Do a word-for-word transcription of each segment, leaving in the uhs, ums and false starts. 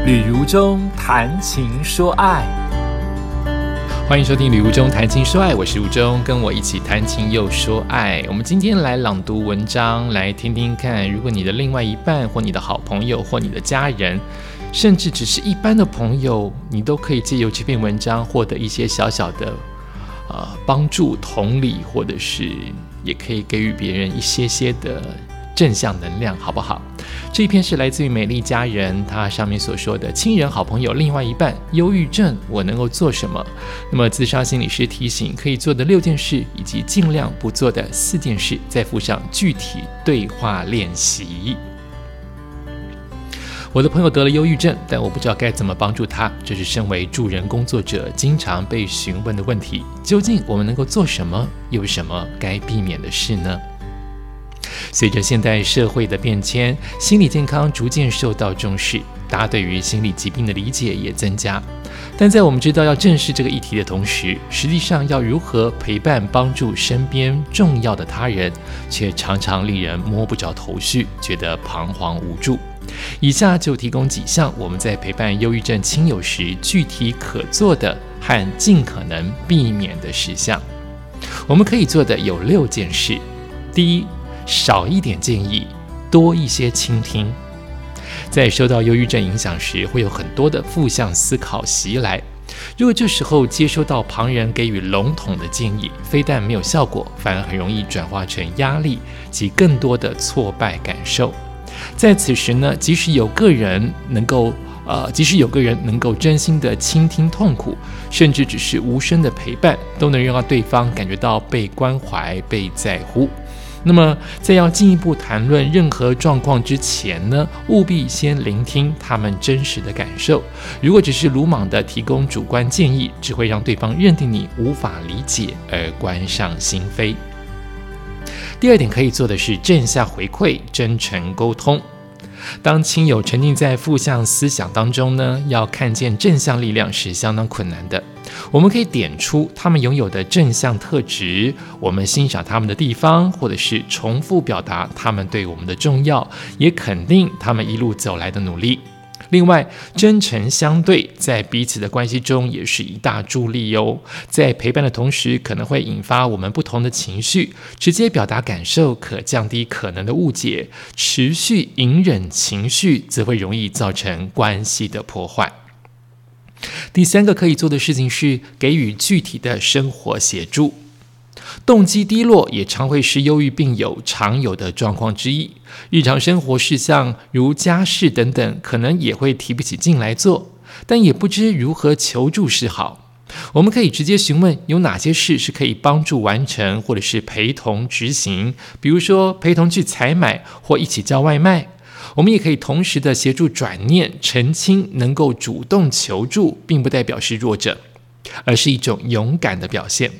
旅如中谈情说爱， 欢迎收听旅如中谈情说爱，我是如中，跟我一起谈情又说爱。我们今天来朗读文章，来听听看，如果你的另外一半或你的好朋友或你的家人，甚至只是一般的朋友，你都可以借由这篇文章获得一些小小的呃帮助、同理，或者是也可以给予别人一些些的正向能量，好不好？这一篇是来自于美丽家人，他上面所说的亲人、好朋友、另外一半忧郁症，我能够做什么？那么諮商心理师提醒可以做的六件事，以及尽量不做的四件事，再附上具体对话练习。我的朋友得了忧郁症，但我不知道该怎么帮助他，这是身为助人工作者经常被询问的问题。究竟我们能够做什么？有什么该避免的事呢？随着现代社会的变迁，心理健康逐渐受到重视，大家对于心理疾病的理解也增加。但在我们知道要正视这个议题的同时，实际上要如何陪伴帮助身边重要的他人，却常常令人摸不着头绪，觉得彷徨无助。以下就提供几项我们在陪伴忧郁症亲友时具体可做的和尽可能避免的事项。我们可以做的有六件事。第一，少一点建议，多一些倾听。在受到忧郁症影响时，会有很多的负向思考袭来。如果这时候接收到旁人给予笼统的建议，非但没有效果，反而很容易转化成压力及更多的挫败感受。在此时呢，即使有个人能够呃，即使有个人能够真心的倾听痛苦，甚至只是无声的陪伴，都能让对方感觉到被关怀、被在乎。那么在要进一步谈论任何状况之前呢，务必先聆听他们真实的感受。如果只是鲁莽地提供主观建议，只会让对方认定你无法理解而关上心扉。第二点可以做的是正向回馈、真诚沟通。当亲友沉浸在负向思想当中呢，要看见正向力量是相当困难的。我们可以点出他们拥有的正向特质，我们欣赏他们的地方，或者是重复表达他们对我们的重要，也肯定他们一路走来的努力。另外，真诚相对在彼此的关系中也是一大助力哦。在陪伴的同时，可能会引发我们不同的情绪，直接表达感受可降低可能的误解，持续隐忍情绪则会容易造成关系的破坏。第三个可以做的事情是给予具体的生活协助。动机低落也常会是忧郁病友常有的状况之一，日常生活事项如家事等等，可能也会提不起劲来做，但也不知如何求助是好。我们可以直接询问有哪些事是可以帮助完成，或者是陪同执行，比如说陪同去采买或一起叫外卖。我们也可以同时的协助转念澄清，能够主动求助并不代表是弱者，而是一种勇敢的表现。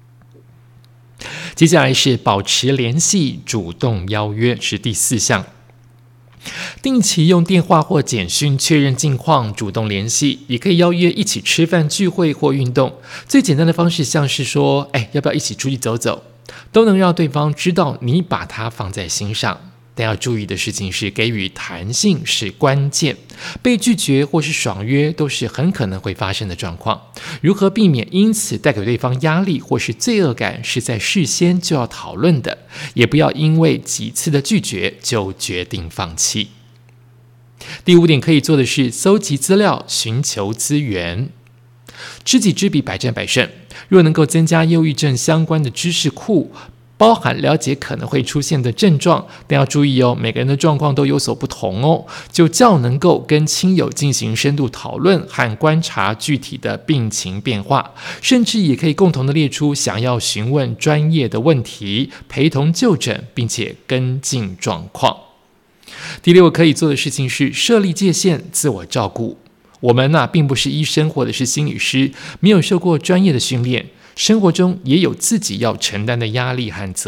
接下来是保持联系，主动邀约，是第四项。定期用电话或简讯确认近况，主动联系，也可以邀约一起吃饭、聚会或运动。最简单的方式像是说，哎，要不要一起出去走走，都能让对方知道你把他放在心上。但要注意的事情是，给予弹性是关键，被拒绝或是爽约都是很可能会发生的状况。如何避免因此带给对方压力或是罪恶感，是在事先就要讨论的，也不要因为几次的拒绝就决定放弃。第五点可以做的是搜集资料，寻求资源。知己知彼，百战百胜。若能够增加忧郁症相关的知识库，包含了解可能会出现的症状，但要注意哦，每个人的状况都有所不同哦，就较能够跟亲友进行深度讨论和观察具体的病情变化，甚至也可以共同的列出想要询问专业的问题，陪同就诊，并且跟进状况。第六个可以做的事情是设立界限，自我照顾。我们啊，并不是医生或者是心理师，没有受过专业的训练，生活中也有自己要承担的压力和责任。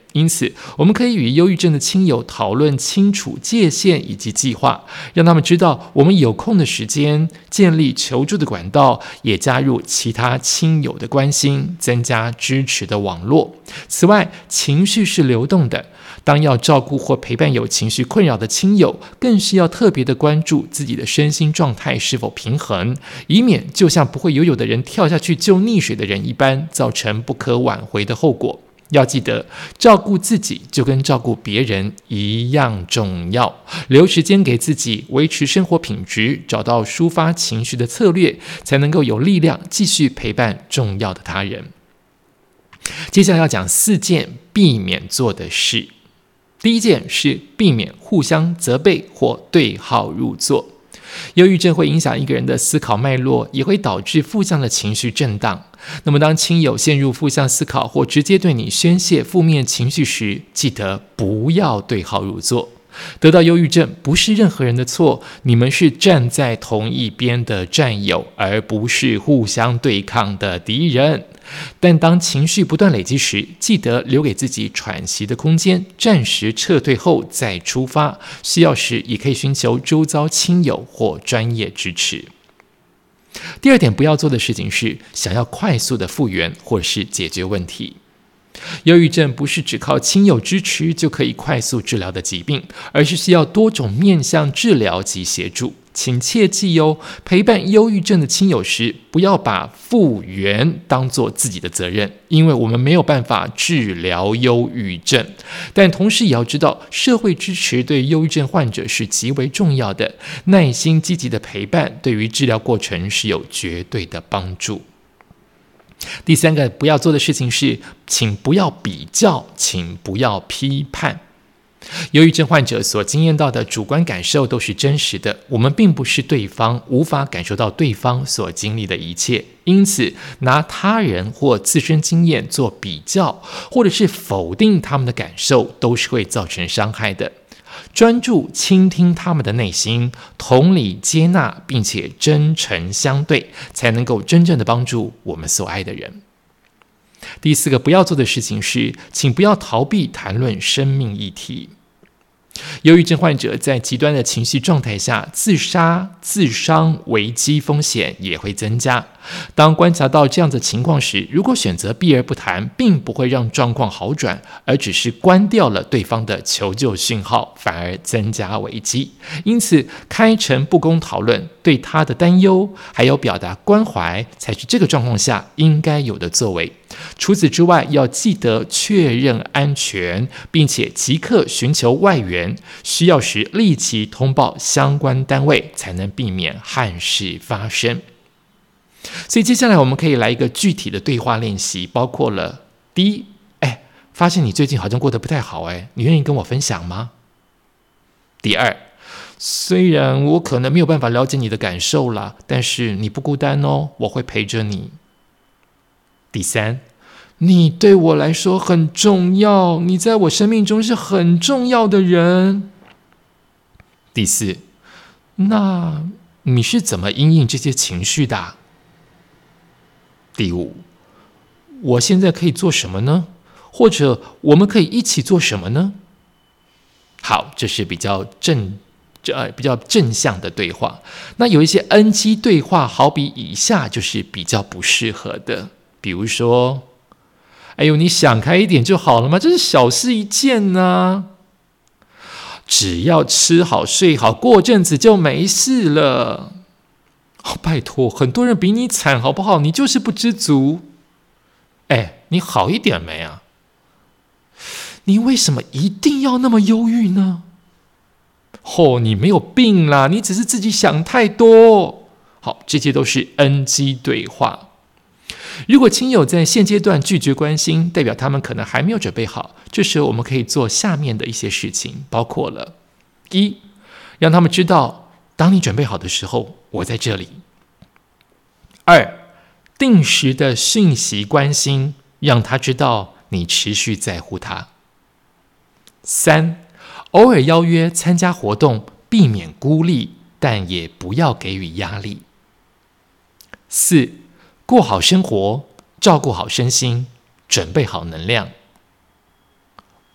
因此，我们可以与忧郁症的亲友讨论清楚界限以及计划，让他们知道我们有空的时间，建立求助的管道，也加入其他亲友的关心，增加支持的网络。此外，情绪是流动的，当要照顾或陪伴有情绪困扰的亲友，更是要特别的关注自己的身心状态是否平衡，以免就像不会游泳的人跳下去救溺水的人一般，造成不可挽回的后果。要记得，照顾自己就跟照顾别人一样重要，留时间给自己，维持生活品质，找到抒发情绪的策略，才能够有力量继续陪伴重要的他人。接下来要讲四件避免做的事。第一件是避免互相责备或对号入座。忧郁症会影响一个人的思考脉络，也会导致负向的情绪震荡。那么当亲友陷入负向思考或直接对你宣泄负面情绪时，记得不要对号入座。得到忧郁症不是任何人的错，你们是站在同一边的战友，而不是互相对抗的敌人。但当情绪不断累积时，记得留给自己喘息的空间，暂时撤退后再出发，需要时也可以寻求周遭亲友或专业支持。第二点不要做的事情是想要快速的复原或是解决问题。忧郁症不是只靠亲友支持就可以快速治疗的疾病，而是需要多种面向治疗及协助。请切记哦，陪伴忧郁症的亲友时，不要把复原当作自己的责任，因为我们没有办法治疗忧郁症。但同时也要知道，社会支持对忧郁症患者是极为重要的，耐心积极的陪伴对于治疗过程是有绝对的帮助。第三个不要做的事情是，请不要比较，请不要批判。忧郁症患者所经验到的主观感受都是真实的，我们并不是对方，无法感受到对方所经历的一切，因此拿他人或自身经验做比较，或者是否定他们的感受，都是会造成伤害的。专注倾听他们的内心，同理接纳，并且真诚相对，才能够真正的帮助我们所爱的人。第四个不要做的事情是，请不要逃避谈论生命议题。忧郁症患者在极端的情绪状态下，自杀、自伤危机风险也会增加。当观察到这样的情况时，如果选择避而不谈，并不会让状况好转，而只是关掉了对方的求救讯号，反而增加危机。因此，开诚布公讨论对他的担忧，还有表达关怀，才是这个状况下应该有的作为。除此之外，要记得确认安全，并且即刻寻求外援，需要时立即通报相关单位，才能避免憾事发生。所以接下来我们可以来一个具体的对话练习，包括了第一，哎，发现你最近好像过得不太好，哎，你愿意跟我分享吗？第二，虽然我可能没有办法了解你的感受啦，但是你不孤单哦，我会陪着你。第三，你对我来说很重要，你在我生命中是很重要的人。第四，那你是怎么因应这些情绪的啊？第五，我现在可以做什么呢？或者我们可以一起做什么呢？好，这是比较正呃比较正向的对话。那有一些 N G 对话，好比以下就是比较不适合的。比如说，哎呦，你想开一点就好了嘛，这是小事一件啊，只要吃好睡好，过阵子就没事了。哦，拜托，很多人比你惨好不好？你就是不知足。哎，你好一点没啊？你为什么一定要那么忧郁呢？哦，你没有病啦，你只是自己想太多。好，这些都是 N G 对话。如果亲友在现阶段拒绝关心，代表他们可能还没有准备好。这时候我们可以做下面的一些事情，包括了：一，让他们知道，当你准备好的时候，我在这里；二，定时的讯息关心，让他知道你持续在乎他；三，偶尔邀约参加活动，避免孤立，但也不要给予压力；四，过好生活，照顾好身心，准备好能量；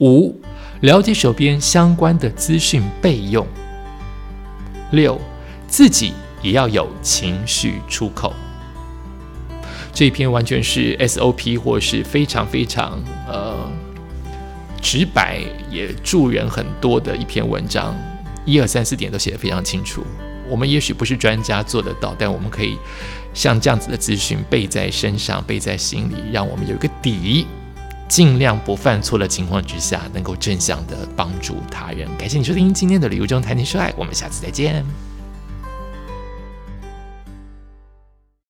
五、了解手边相关的资讯备用。六、自己也要有情绪出口。这一篇完全是 S O P 或是非常非常呃直白，也助人很多的一篇文章，一二三四点都写得非常清楚。我们也许不是专家做得到，但我们可以像这样子的资讯背在身上，背在心里，让我们有一个底，尽量不犯错的情况之下，能够正向的帮助他人。感谢你收听今天的旅游中谈情说爱，我们下次再见。